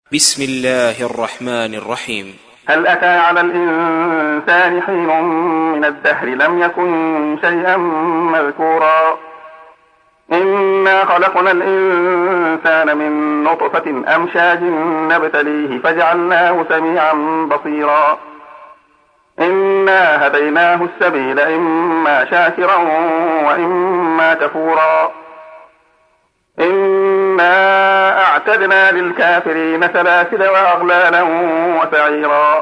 بسم الله الرحمن الرحيم. هل أتى على الإنسان حين من الدهر لم يكن شيئا مذكورا إنا خلقنا الإنسان من نطفة أمشاج نبتليه فجعلناه سميعا بصيرا إنا هديناه السبيل إما شاكرا وإما كفورا إنا أعتدنا للكافرين سلاسل وأغلالا وسعيرا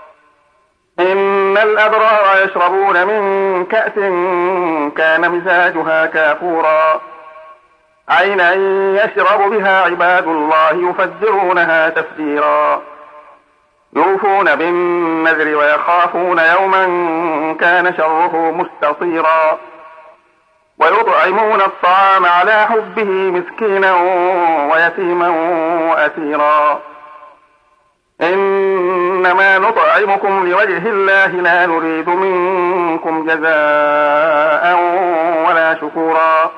إن الأبرار يشربون من كأس كان مزاجها كافورا عينا يشرب بها عباد الله يفجرونها تفجيرا يوفون بالنذر ويخافون يوما كان شره مستطيرا ويطعمون الطعام على حبه مسكينا ويتيما وأسيرا إنما نطعمكم لوجه الله لا نريد منكم جزاء ولا شكورا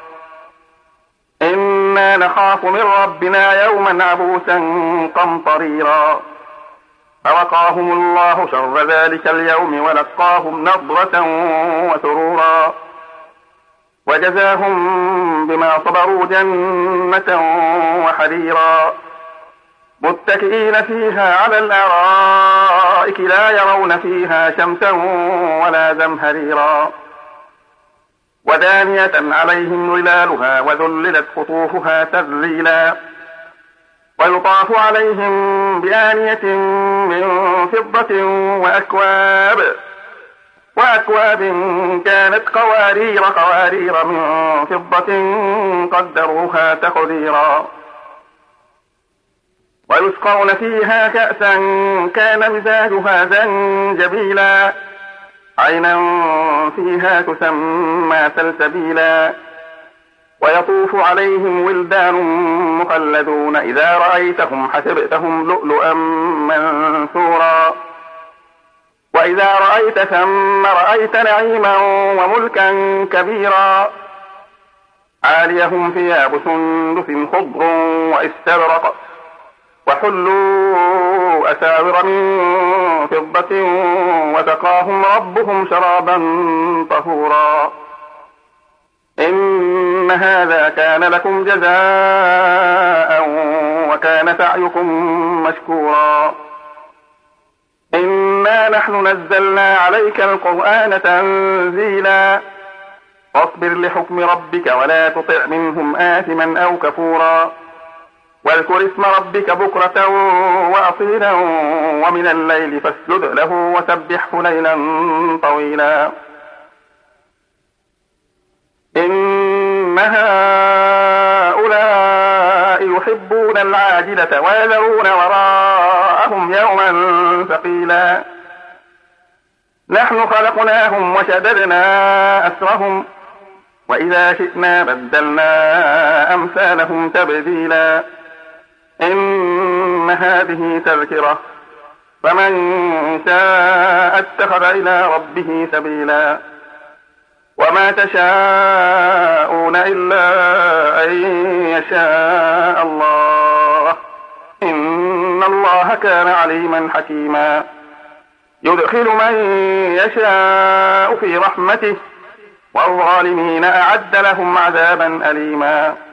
إنا نخاف من ربنا يوما عبوسا قمطريرا فوقاهم الله شر ذلك اليوم ولقاهم نضرة وسرورا وجزاهم بما صبروا جنة وحريرا متكئين فيها على الأرائك لا يرون فيها شمسا ولا زمهريرا ودانية عليهم ظلالها وذللت قطوفها تذليلا ويطاف عليهم بآنية من فضة وأكواب كانت قوارير من فضة قدروها تقديرا ويسقون فيها كأسا كان مزاجها زنجبيلا عينا فيها تسمى سلسبيلا ويطوف عليهم ولدان مخلدون إذا رأيتهم حسبتهم لؤلؤا منثورا وإذا رأيت ثم رأيت نعيما وملكا كبيرا عاليهم ثياب سندس خضر واستبرق وحلوا أساور من فضة وسقاهم ربهم شرابا طهورا إن هذا كان لكم جزاء وكان سعيكم مشكورا إنا نحن نزلنا عليك القرآن تنزيلا فاصبر لحكم ربك ولا تطع منهم آثما أو كفورا واذكر اسم ربك بكرة وأصيلا ومن الليل فاسجد له وسبحه ليلا طويلا إن هؤلاء يحبون العاجلة ويذرون وراءهم يوما ثقيلا نحن خلقناهم وشددنا أسرهم وإذا شئنا بدلنا أمثالهم تبديلا إن هذه تذكرة فمن شاء اتخذ إلى ربه سبيلا وما تشاءون إلا أن يشاء الله إن الله كان عليما حكيما يدخل من يشاء في رحمته والظالمين أعد لهم عذابا أليما